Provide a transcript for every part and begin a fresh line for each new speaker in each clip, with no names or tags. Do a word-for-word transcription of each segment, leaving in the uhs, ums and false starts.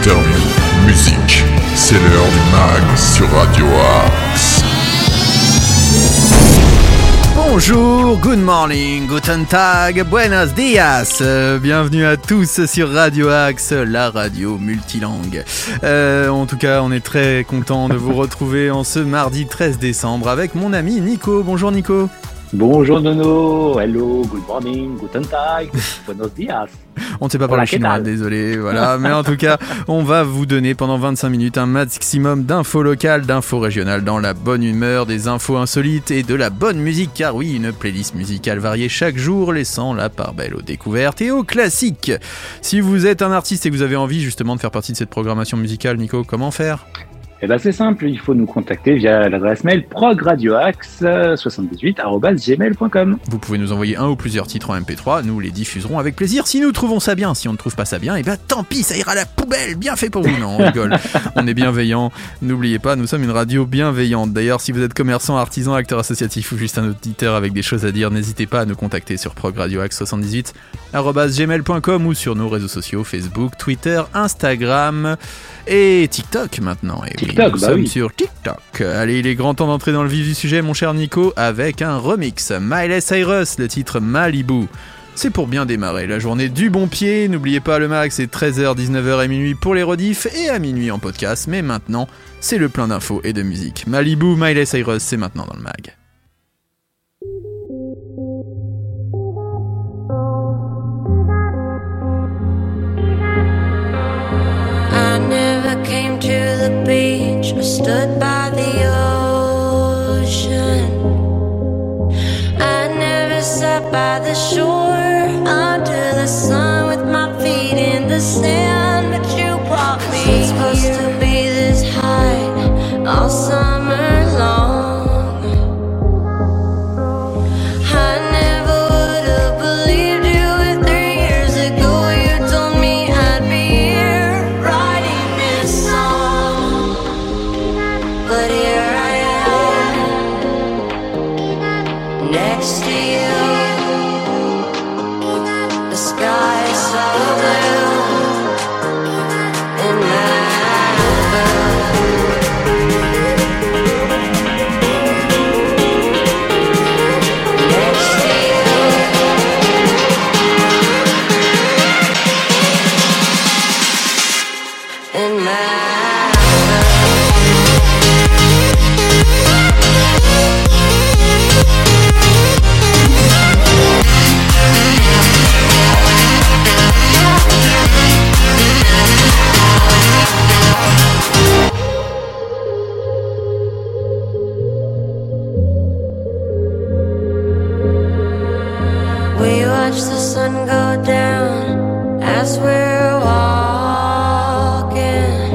interview, musique. C'est l'heure du mag sur Radio Axe.
Bonjour, good morning, guten tag, buenos dias. Euh, bienvenue à tous sur Radio Axe, la radio multilangue. Euh, en tout cas, on est très content de vous retrouver en ce mardi treize décembre avec mon ami Nico. Bonjour Nico.
Bonjour Nono, hello, good morning, guten tag, buenos dias.
On ne sait pas parler chinois, désolé, voilà. Mais en tout cas, on va vous donner pendant vingt-cinq minutes un maximum d'infos locales, d'infos régionales, dans la bonne humeur, des infos insolites et de la bonne musique. Car oui, une playlist musicale variée chaque jour, laissant la part belle aux découvertes et aux classiques. Si vous êtes un artiste et que vous avez envie justement de faire partie de cette programmation musicale, Nico, comment faire ?
Eh ben c'est simple, il faut nous contacter via l'adresse mail progradioaxe soixante-dix-huit arobase gmail point com.
Vous pouvez nous envoyer un ou plusieurs titres en M P trois, nous les diffuserons avec plaisir. Si nous trouvons ça bien, si on ne trouve pas ça bien, eh ben tant pis, ça ira à la poubelle, bien fait pour vous. Non, on rigole, on est bienveillant. N'oubliez pas, nous sommes une radio bienveillante. D'ailleurs, si vous êtes commerçant, artisan, acteur associatif ou juste un auditeur avec des choses à dire, n'hésitez pas à nous contacter sur progradioaxe soixante-dix-huit arobase gmail point com ou sur nos réseaux sociaux Facebook, Twitter, Instagram et TikTok maintenant. Et
TikTok,
oui, nous
bah
sommes
oui.
sur TikTok. Allez, il est grand temps d'entrer dans le vif du sujet, mon cher Nico, avec un remix. Miley Cyrus, le titre Malibu. C'est pour bien démarrer la journée du bon pied. N'oubliez pas, le max, c'est treize heures, dix-neuf heures et minuit pour les rediffs et à minuit en podcast. Mais maintenant, c'est le plein d'infos et de musique. Malibu, Miley Cyrus, c'est maintenant dans le mag.
I never came to the beach or stood by the ocean. I never sat by the shore under the sun with my feet in the sand. But you brought me here. It's supposed to be this high all summer long. I never would have believed you if three years ago you told me I'd be here writing this song. But here I am, next to you. The sky is so blue in Malibu. Next to you in Malibu. We watch the sun go down as we're walking.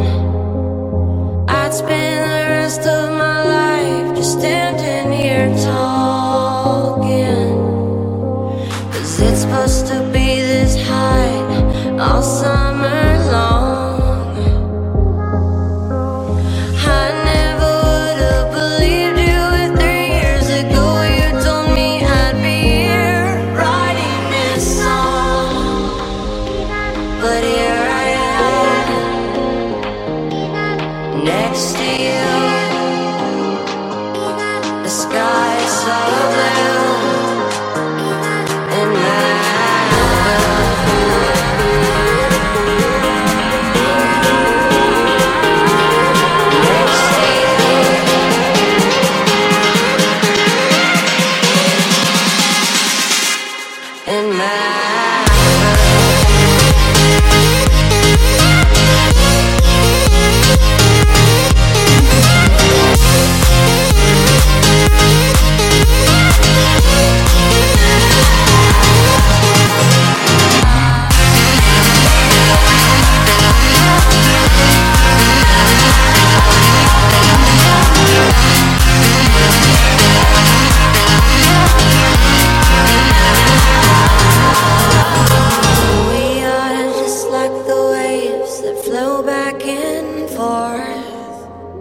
I'd spend the rest of my life just standing here talking. 'Cause it's supposed to be this high all summer long. I never would have believed you if three years ago you told me I'd be here writing this song. But here I am, next to you. The sky is so blue in Malibu. Next to you in Malibu. We are just like the waves that flow back and forth.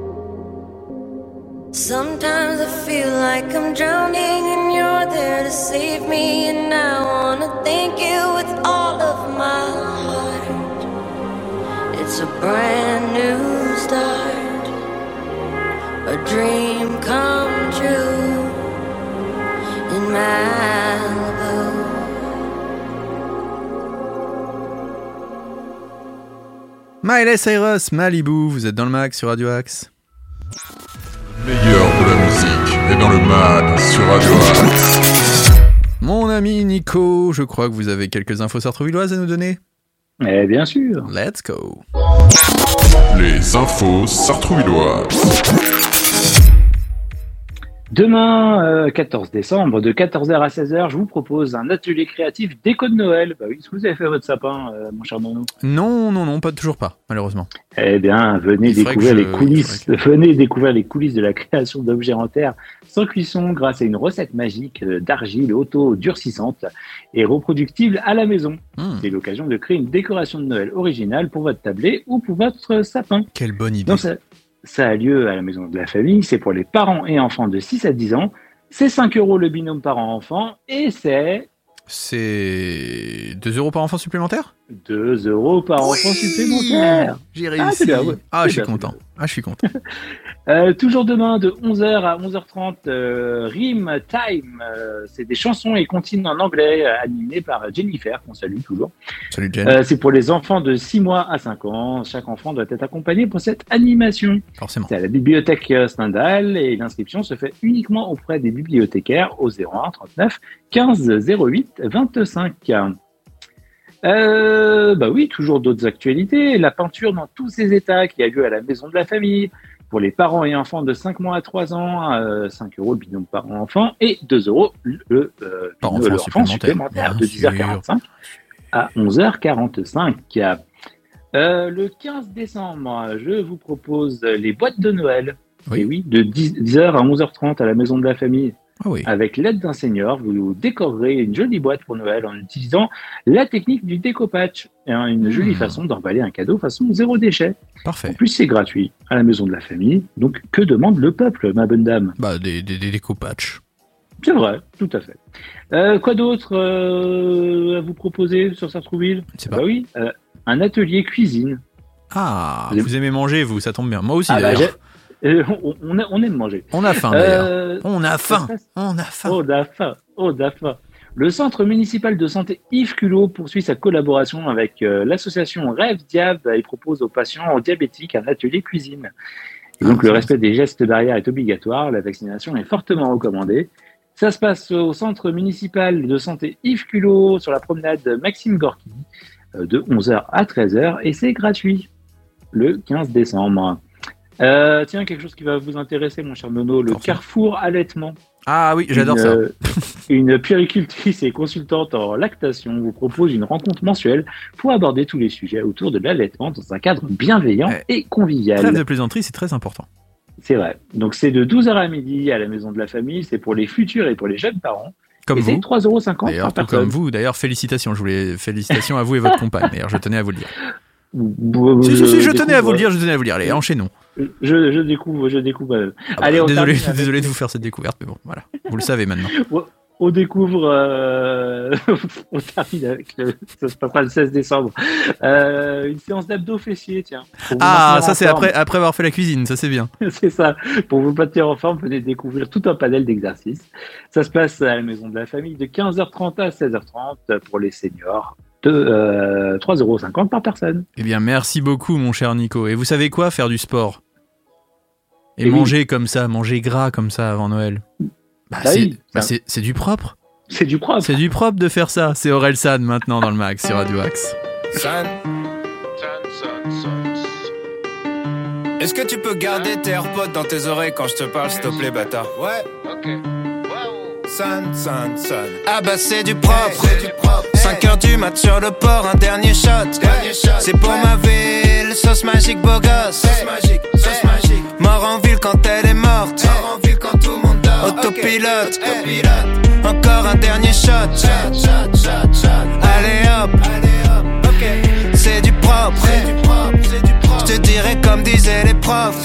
Sometimes I feel like I'm drowning and you're there to save me. And I wanna thank you with all of my heart. It's It's a brand new start, a dream come true in Malibu.
Miley Cyrus, Malibu, vous êtes dans le mag sur Radio Axe.
Le meilleur de la musique est dans le mag sur Radio Axe.
Mon ami Nico, je crois que vous avez quelques infos sartrouvilloises à nous donner.
Eh bien sûr.
Let's go.
Les infos sartrouvilloises.
Demain, euh, quatorze décembre, de quatorze heures à seize heures, je vous propose un atelier créatif déco de Noël. Bah oui, est-ce que vous avez fait votre sapin, euh, mon cher Nono ?
Non, non, non, pas toujours pas, malheureusement.
Eh bien, venez
Il faudrait
découvrir
que
les
je-
coulisses.
il faudrait
Venez découvrir les coulisses de la création d'objets en terre sans cuisson grâce à une recette magique euh, d'argile auto-durcissante et reproductible à la maison.
Hmm,
C'est l'occasion de créer une décoration de Noël originale pour votre tablé ou pour votre sapin.
quelle bonne idée.
Donc ça, ça a lieu à la maison de la famille, c'est pour les parents et enfants de six à dix ans. C'est cinq euros le binôme parent-enfant et c'est
C'est deux euros par enfant supplémentaire ?
deux euros par enfant supplémentaire.
J'ai
Ah,
réussi.
c'est bien, ouais.
Ah,
C'est
je suis
bien,
content.
c'est
Ah, je suis content.
Euh, toujours demain de onze heures à onze heures trente, euh, Rime Time, euh, c'est des chansons et comptines en anglais euh, animées par Jennifer, qu'on salue toujours.
Salut Jen,
Euh, c'est pour les enfants de six mois à cinq ans. Chaque enfant doit être accompagné pour cette animation.
forcément.
C'est à la bibliothèque euh, Stendhal et l'inscription se fait uniquement auprès des bibliothécaires au zéro un trente-neuf quinze zéro huit vingt-cinq. Euh, bah oui, toujours d'autres actualités. La peinture dans tous ses états qui a lieu à la maison de la famille. Pour les parents et enfants de cinq mois à trois ans, euh, cinq euros le binôme parent-enfant et deux euros le, euh,
Par
binôme-
enfant
le enfant
supplémentaire,
supplémentaire
bien
de dix heures quarante-cinq à onze heures quarante-cinq. Euh, le quinze décembre, je vous propose les boîtes de Noël.
Oui.
Et oui, de dix heures à onze heures trente à la maison de la famille.
Ah oui.
Avec l'aide d'un senior, vous décorerez une jolie boîte pour Noël en utilisant la technique du déco-patch. Hein, une jolie
Mmh.
façon d'emballer un cadeau façon zéro déchet. En
Parfait.
plus, c'est gratuit à la maison de la famille. Donc, que demande le peuple, ma bonne dame ?
Bah, des, des, des découpages.
C'est vrai, tout à fait. Euh, quoi d'autre euh, à vous proposer sur Sartrouville ?
Je sais pas.
Bah oui, euh, un atelier cuisine.
Ah,
Vous-
vous aimez manger, vous, ça tombe bien. Moi aussi,
Ah bah,
d'ailleurs.
j'ai- euh, on, on, a- on aime manger.
On a faim, d'ailleurs.
Euh,
On a
ça
faim.
se passe-
On a faim.
Oh, d'afa, oh, d'afa. Le Centre municipal de santé Yves Culot poursuit sa collaboration avec euh, l'association Rêve Diab et propose aux patients diabétiques un atelier cuisine. Et donc,
Ah,
le
ça,
respect des gestes barrières est obligatoire. La vaccination est fortement recommandée. Ça se passe au Centre municipal de santé Yves Culot sur la promenade Maxime Gorky euh, de onze heures à treize heures et c'est gratuit le quinze décembre. Euh, tiens, quelque chose qui va vous intéresser, mon cher Nono, le
Forcément.
Carrefour Allaitement.
Ah oui, j'adore
Une,
ça.
euh, Une puéricultrice et consultante en lactation vous propose une rencontre mensuelle pour aborder tous les sujets autour de l'allaitement dans un cadre bienveillant
Ouais.
et convivial.
Trêve de plaisanterie, c'est très important.
C'est vrai. Donc c'est de douze heures à midi à la maison de la famille, c'est pour les futurs et pour les jeunes parents.
Comme
et c'est
vous.
trois euros cinquante
D'ailleurs,
par
tout comme
personne.
vous. D'ailleurs, félicitations. Je voulais félicitations à vous et votre compagne. D'ailleurs, je tenais à vous le dire.
Vous-
Si, si, si, je tenais
découvre-
à vous le dire. Je tenais à vous le dire. Allez, enchaînons.
Je, je découvre, je découvre. euh,
Ah bah,
Allez, on
désolé,
termine avec-
désolé de vous faire cette découverte, mais bon, voilà. Vous le savez maintenant.
On découvre, euh, on termine avec le, ça se passera le seize décembre, euh, une séance d'abdos fessiers, tiens. Pour vous
Ah,
maintenir
ça
en
c'est
forme.
après, après avoir fait la cuisine, ça c'est bien.
C'est ça. Pour vous maintenir en forme, venez découvrir tout un panel d'exercices. Ça se passe à la maison de la famille de quinze heures trente à seize heures trente pour les seniors, de euh, trois euros cinquante par personne.
Eh bien, merci beaucoup, mon cher Nico. Et vous savez quoi, faire du sport et
Et oui.
manger comme ça, manger gras comme ça avant Noël. Bah,
Bah
c'est,
oui,
bah,
ça-
c'est, c'est du propre.
C'est du propre.
C'est du propre de faire ça. C'est Aurel San maintenant dans le mag sur Radio Axe.
San. Est-ce que tu peux garder tes AirPods dans tes oreilles quand je te parle, s'il te plaît, bâtard? Ouais, ok. San, san, san. Ah bah c'est du propre. cinq heures du mat sur le port, un dernier shot. C'est pour ma ville, sauce magique, beau gosse. Sauce magique, sauce magique. Mort en ville quand elle est morte. Mort en ville quand tout le monde dort. Autopilote, autopilote. Encore un dernier shot. Allez hop, c'est du propre. Je te dirais comme disaient les profs,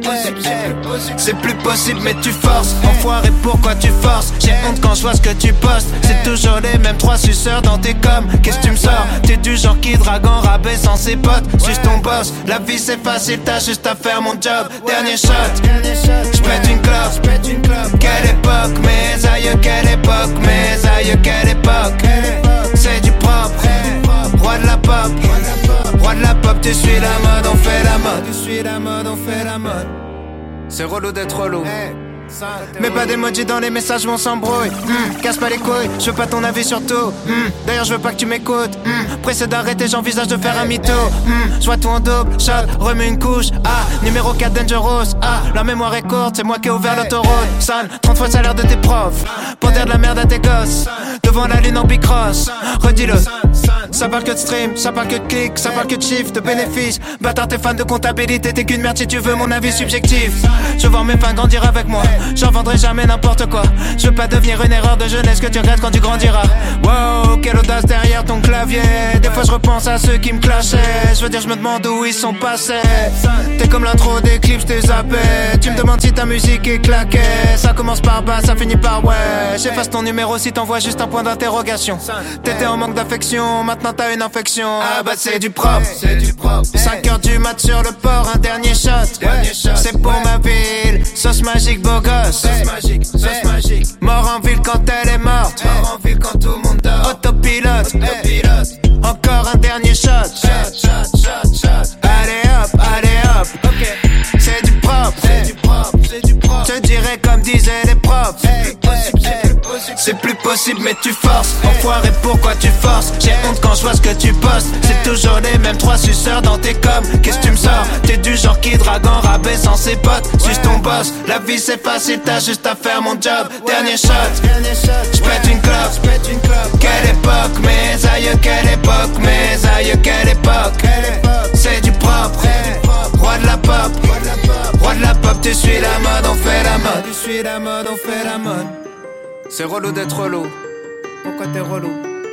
c'est plus possible mais tu forces. Enfoiré, pourquoi tu forces? J'ai honte quand je vois ce que tu postes. C'est toujours les mêmes trois suceurs dans tes coms. Qu'est-ce que tu me sors? T'es du genre qui drague en rabais sans ses potes. Suce ton boss, la vie c'est facile, t'as juste à faire mon job. Dernier shot, j'pète une clope. Quelle époque, mes aïeux, quelle époque, mes aïeux, quelle époque. C'est du propre, roi de la pop. Roi de la pop, tu suis la mode, on fait la mode. Tu suis la mode, on fait la mode. C'est relou d'être relou. Mais pas d'emoji dans les messages, on s'embrouille. mm, Casse pas les couilles, je veux pas ton avis sur tout. mm, D'ailleurs je veux pas que tu m'écoutes. mm, Pressé d'arrêter, j'envisage de faire un mytho. mm, Je vois tout en double, shot, remets une couche. Ah, numéro quatre Dangerous. Ah, la mémoire est courte, c'est moi qui ai ouvert l'autoroute. San, trente fois le salaire de tes profs pour dire de la merde à tes gosses. Devant la lune en bicross, redis-le. Ça parle que de stream, ça parle que de clics, ça parle que de chiffres, de bénéfices. Bâtard, t'es fan de comptabilité, t'es qu'une merde si tu veux mon avis subjectif. Je veux voir mes fans grandir avec moi, j'en vendrai jamais n'importe quoi. Je veux pas devenir une erreur de jeunesse que tu regrettes quand tu grandiras. Wow, quelle audace derrière ton clavier. Des fois je repense à ceux qui me clashaient. Je veux dire je me demande où ils sont passés. T'es comme l'intro des clips, je t'ai zappé. Tu me demandes si ta musique est claquée. Ça commence par bas, ça finit par ouais. J'efface ton numéro si t'envoies juste un point d'interrogation. T'étais en manque d'affection, maintenant t'as une infection. Ah bah c'est du propre, c'est du propre. cinq heures du mat sur le port, un dernier shot. C'est pour ma ville, sauce magique beau gosse. Sauce magique, sauce magique. Mort en ville quand elle est morte. Mort en ville quand tout le monde dort. Autopilote, autopilote. Encore un dernier shot. Shot, shot, shot, shot. Allez hop, allez hop. Ok. C'est du propre, c'est du propre, c'est du propre. Je dirais comme disaient les profs. C'est plus possible mais tu forces. Enfoiré, pourquoi tu forces? J'ai honte quand je vois ce que tu postes. C'est toujours les mêmes trois suceurs dans tes coms. Qu'est-ce que tu me sors? T'es du genre qui drague en rabais sans ses potes. Suce ton boss, la vie c'est facile, t'as juste à faire mon job. Dernier shot, j'pète une clope. Quelle époque, mes aïeux, quelle époque, mes aïeux, quelle époque. C'est du propre, roi de la pop. Roi de la pop, tu suis la mode, on fait la mode. Tu suis la mode, on fait la mode. C'est relou d'être relou. Pourquoi t'es relou?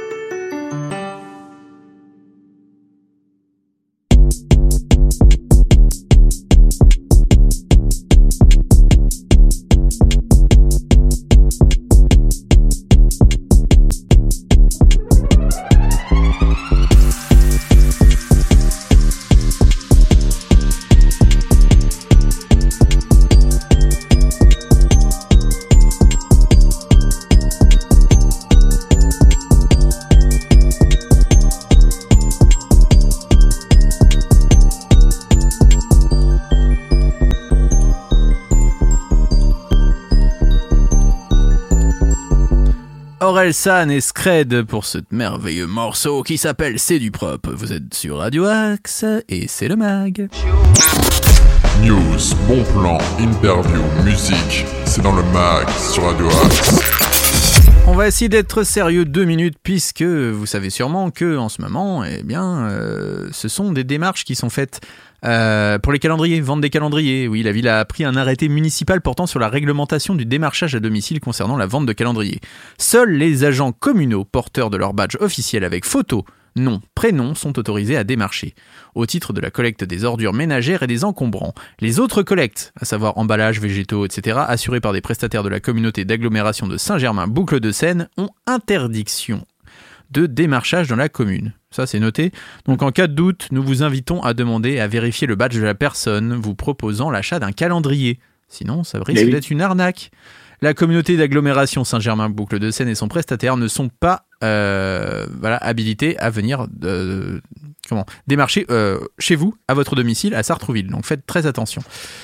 Orelsan et Scred pour ce merveilleux morceau qui s'appelle C'est du propre. Vous êtes sur Radio Axe et c'est le mag.
News, bon plan, interview, musique, c'est dans le mag sur Radio Axe.
On va essayer d'être sérieux deux minutes puisque vous savez sûrement que en ce moment, eh bien, euh, ce sont des démarches qui sont faites euh, pour les calendriers, vente des calendriers. Oui, la ville a pris un arrêté municipal portant sur la réglementation du démarchage à domicile concernant la vente de calendriers. Seuls les agents communaux porteurs de leur badge officiel avec photo, nom, prénom sont autorisés à démarcher, au titre de la collecte des ordures ménagères et des encombrants. Les autres collectes, à savoir emballages, végétaux, et cetera, assurées par des prestataires de la communauté d'agglomération de Saint-Germain-Boucle de Seine, ont interdiction de démarchage dans la commune. Ça, c'est noté. Donc, en cas de doute, nous vous invitons à demander à vérifier le badge de la personne vous proposant l'achat d'un calendrier. Sinon, ça risque oui. d'être une arnaque. La communauté d'agglomération Saint-Germain-Boucle de Seine et son prestataire ne sont pas euh, voilà, habilités à venir euh, comment, démarcher euh, chez vous, à votre domicile, à Sartrouville. Donc faites très attention.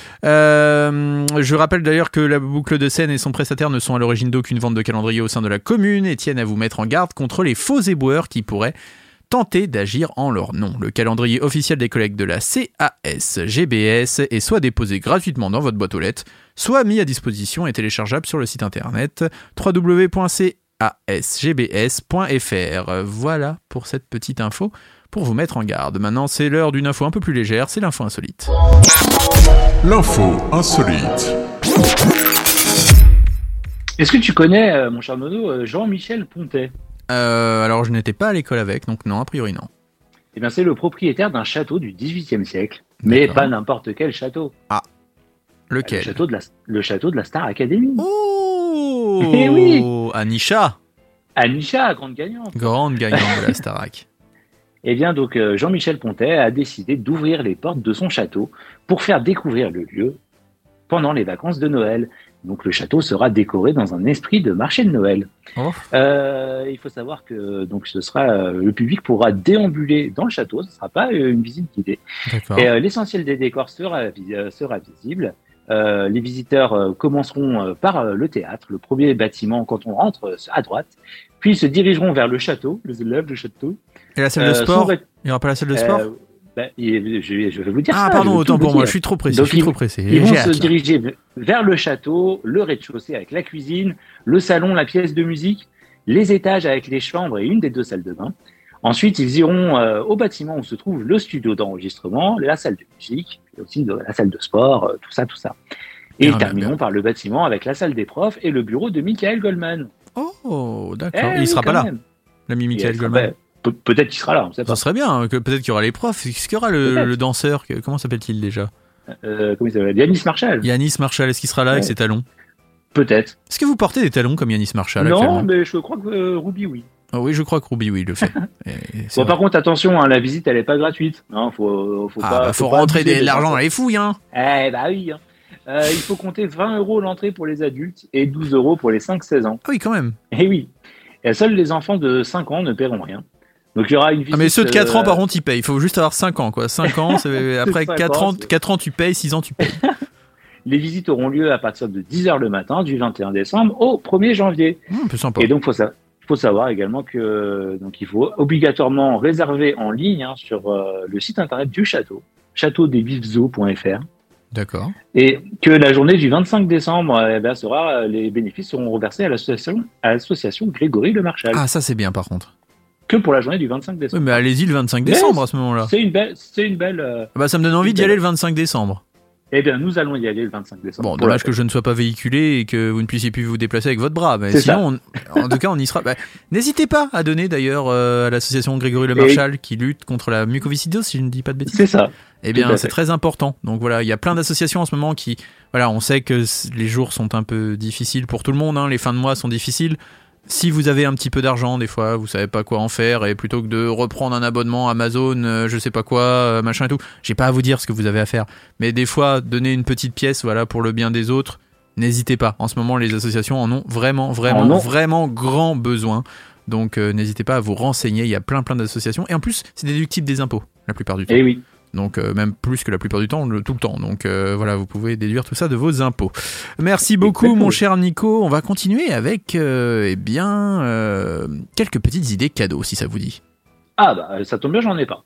Euh, je rappelle d'ailleurs que la Boucle de Seine et son prestataire ne sont à l'origine d'aucune vente de calendrier au sein de la commune et tiennent à vous mettre en garde contre les faux éboueurs qui pourraient tenter d'agir en leur nom. Le calendrier officiel des collectes de la C A S G B S est soit déposé gratuitement dans votre boîte aux lettres, soit mis à disposition et téléchargeable sur le site internet w w w point c a s g b s point f r. Voilà pour cette petite info pour vous mettre en garde. Maintenant, c'est l'heure d'une info un peu plus légère, c'est l'info insolite.
L'info insolite.
Est-ce que tu connais, euh, mon cher Nono, Jean-Michel Pontet ?
Euh, alors je n'étais pas à l'école avec, donc non, a priori non.
Eh bien c'est le propriétaire d'un château du dix-huitième siècle. Mais
D'accord.
pas n'importe quel château.
Lequel?
Le château de la, le château de la Star Academy.
Oh
Eh oui.
Anisha,
Anisha, grande gagnante.
grande gagnante de la Starac.
Eh bien, donc, euh, Jean-Michel Pontet a décidé d'ouvrir les portes de son château pour faire découvrir le lieu pendant les vacances de Noël. Donc, le château sera décoré dans un esprit de marché de Noël.
Oh.
Euh, il faut savoir que donc, ce sera, euh, le public pourra déambuler dans le château. Ce ne sera pas euh, une visite guidée.
D'accord.
Et euh, l'essentiel des décors sera, vi- euh, sera visible. Euh, les visiteurs euh, commenceront euh, par euh, le théâtre, le premier bâtiment quand on rentre euh, à droite, puis se dirigeront vers le château, les élèves du château.
Et la salle de
Euh,
sport?
sont-
Il n'y aura pas la salle de sport?
euh, ben, il- je, je vais vous dire
Ah
ça.
pardon,
je vais
autant
tout
pour
vous
moi,
dire.
je suis trop pressé,
Donc,
je suis
ils-
trop pressé.
Ils vont
J'ai
se
hâte, là.
diriger v- vers le château, le rez-de-chaussée avec la cuisine, le salon, la pièce de musique, les étages avec les chambres et une des deux salles de bain. Ensuite, ils iront euh, au bâtiment où se trouve le studio d'enregistrement, la salle de musique, et aussi de, la salle de sport, euh, tout ça, tout ça. Et
Bien,
ils
bien,
termineront
bien.
par le bâtiment avec la salle des profs et le bureau de Michael Goldman.
Oh,
Eh
d'accord. il
oui,
sera pas
quand
là,
même.
l'ami
Et
Michael
elle sera-
Goldman.
ben, pe- Peut-être qu'il sera là, on ne sait pas.
Ça serait bien, hein, que peut-être qu'il y aura les profs. Est-ce qu'il y aura le,
Peut-être.
le danseur que- Comment s'appelle-t-il déjà?
Euh, comment il s'appelle Yanis Marshall.
Yanis Marshall, est-ce qu'il sera là avec
Ouais.
ses talons?
Peut-être.
Est-ce que vous portez des talons comme Yanis Marshall
Non,
actuellement?
mais je crois que euh, Ruby, oui.
Ah oui, je crois que Ruby, oui, le fait. Et c'est
Bon,
vrai.
par contre, attention, hein, la visite, elle n'est pas gratuite. Non, faut, faut
Ah,
pas.
bah, faut
pas
rentrer
abuser
des-
des
de l'argent
enfants.
dans les fouilles, hein.
Eh bah oui. hein. Euh, il faut compter vingt euros l'entrée pour les adultes et douze euros pour les cinq seize ans.
Ah oui, quand même.
Eh oui. Et seuls les enfants de cinq ans ne paieront rien. Donc il y aura une visite.
Ah, mais ceux de quatre ans,
euh,
par contre, ils payent. Il faut juste avoir cinq ans, quoi. cinq ans, c'est- après
cinq
quatre
ans,
ans,
c'est-
quatre ans, tu payes, six ans, tu payes.
Les visites auront lieu à partir de dix heures le matin du vingt et un décembre au premier janvier.
Hum, un peu sympa.
Et donc, faut ça. faut savoir également que donc il faut obligatoirement réserver en ligne hein, sur euh, le site internet du château, château des vifs zoo point f r.
D'accord.
Et que la journée du vingt-cinq décembre, eh ben, sera, les bénéfices seront reversés à l'association, à l'association Grégory Le Marchal.
Ah, ça c'est bien par contre.
Que pour la journée du vingt-cinq
Oui,
décembre.
mais allez-y le vingt-cinq
Mais
décembre à ce moment-là.
C'est une belle, c'est une belle. euh,
Ah bah ça me donne envie d'y aller le vingt-cinq décembre.
Eh bien, nous allons y aller le vingt-cinq décembre.
Bon,
Pour
dommage
la
que je ne sois pas véhiculé et que vous ne puissiez plus vous déplacer avec votre bras. Mais
C'est
sinon, on- en tout cas, on y sera. Bah, n'hésitez pas à donner d'ailleurs euh, à l'association Grégory Le
Et-
Marchal qui lutte contre la mucoviscidose, si je ne dis pas de bêtises.
C'est ça.
Eh
Tout
bien,
à
c'est
fait.
très important. Donc voilà, il y a plein d'associations en ce moment qui, voilà, on sait que c- les jours sont un peu difficiles pour tout le monde, hein, les fins de mois sont difficiles. Si vous avez un petit peu d'argent, des fois, vous savez pas quoi en faire, et plutôt que de reprendre un abonnement Amazon, euh, je sais pas quoi, euh, machin et tout, j'ai pas à vous dire ce que vous avez à faire. Mais des fois, donner une petite pièce, voilà, pour le bien des autres, n'hésitez pas. En ce moment, les associations en ont vraiment, vraiment,
En ont.
vraiment grand besoin. Donc, euh, n'hésitez pas à vous renseigner. Il y a plein, plein d'associations. Et en plus, c'est déductible des impôts, la plupart du temps.
Eh oui.
Donc euh, même plus que la plupart du temps, le, tout le temps. Donc euh, voilà, vous pouvez déduire tout ça de vos impôts. Merci beaucoup
Exactement.
mon cher Nico. On va continuer avec euh, eh bien euh, quelques petites idées cadeaux si ça vous dit.
Ah bah ça tombe bien, j'en ai pas.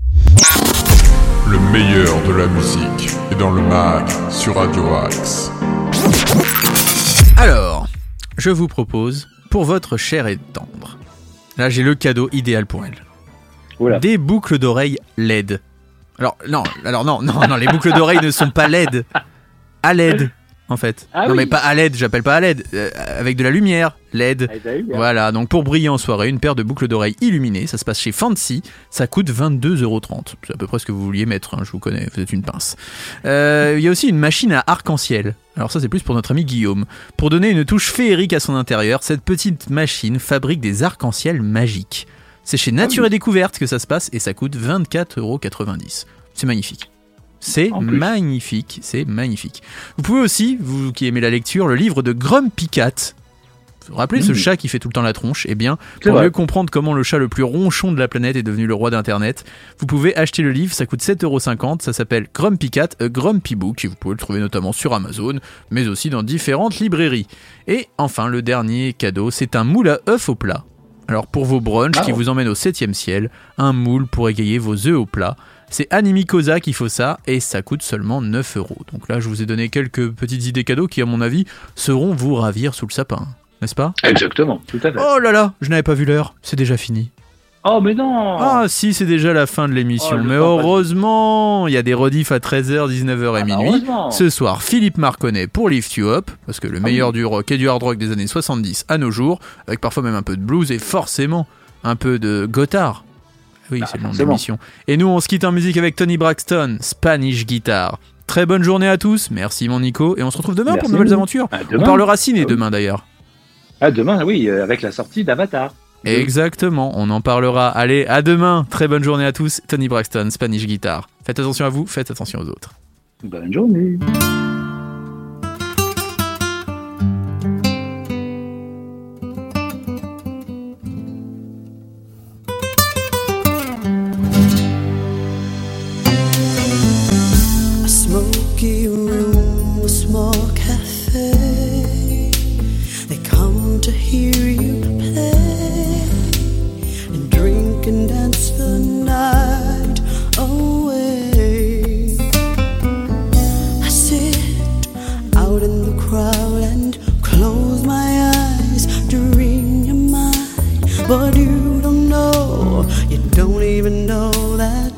Le meilleur de la musique est dans le mag sur Radio Axe.
Alors, je vous propose pour votre chère et tendre. Là, j'ai le cadeau idéal pour elle.
Oula.
Des boucles d'oreilles L E D. Alors non, alors non, non, non, les boucles d'oreilles ne sont pas L E D. À L E D, en fait.
Ah
non
oui.
mais pas à L E D, j'appelle pas à L E D, euh, avec de la lumière, L E D.
Ah, t'as eu, hein.
Voilà, donc pour briller en soirée, une paire de boucles d'oreilles illuminées, ça se passe chez Fancy, ça coûte vingt-deux euros trente. C'est à peu près ce que vous vouliez mettre, hein, je vous connais, vous êtes une pince. Euh, Il y a aussi une machine à arc-en-ciel. Alors ça c'est plus pour notre ami Guillaume. Pour donner une touche féerique à son intérieur, cette petite machine fabrique des arcs-en-ciel magiques. C'est chez Nature
Ah oui.
et Découverte que ça se passe et ça coûte vingt-quatre euros quatre-vingt-dix. C'est magnifique. C'est
En plus.
magnifique, c'est magnifique. Vous pouvez aussi, vous qui aimez la lecture, le livre de Grumpy Cat. Vous vous rappelez ce
Mmh.
chat qui fait tout le temps la tronche? Eh bien,
C'est
pour
vrai.
mieux comprendre comment le chat le plus ronchon de la planète est devenu le roi d'Internet, vous pouvez acheter le livre, ça coûte sept euros cinquante, ça s'appelle Grumpy Cat, A Grumpy Book, et vous pouvez le trouver notamment sur Amazon, mais aussi dans différentes librairies. Et enfin, le dernier cadeau, c'est un moule à œufs au plat. Alors pour vos brunchs
Ah
qui
bon.
vous emmènent au septième ciel, un moule pour égayer vos œufs au plat. C'est Animi Koza qui faut ça et ça coûte seulement neuf euros. Donc là, je vous ai donné quelques petites idées cadeaux qui, à mon avis, seront vous ravir sous le sapin. N'est-ce pas?
Exactement, tout à fait.
Oh là là, je n'avais pas vu l'heure, c'est déjà fini.
Oh mais non.
Ah si, c'est déjà la fin de l'émission.
Oh, le
Mais
temps passe.
heureusement, il y a des rediffs à treize heures, dix-neuf heures et
Ah, bah,
minuit.
heureusement.
Ce soir, Philippe Marconnet pour Lift You Up, parce que le meilleur du rock et du hard rock des années soixante-dix à nos jours, avec parfois même un peu de blues et forcément un peu de Gotthard. Oui,
Bah,
c'est le nom de
forcément.
l'émission. Et nous, on se quitte en musique avec Tony Braxton, Spanish Guitar. Très bonne journée à tous. Merci, mon Nico. Et on se retrouve demain
Merci.
pour de nouvelles aventures.
À
On
demain.
parlera ciné
Ah oui.
demain, d'ailleurs.
Ah, demain, oui, euh, avec la sortie d'Avatar.
Exactement, on en parlera. Allez, à demain. Très bonne journée à tous. Tony Braxton, Spanish Guitar. Faites attention à vous, faites attention aux autres.
Bonne journée.
A smoky room, a small cafe. They come to hear you play and drink and dance the night away. I sit out in the crowd and close my eyes to read your mind, but you don't know, you don't even know that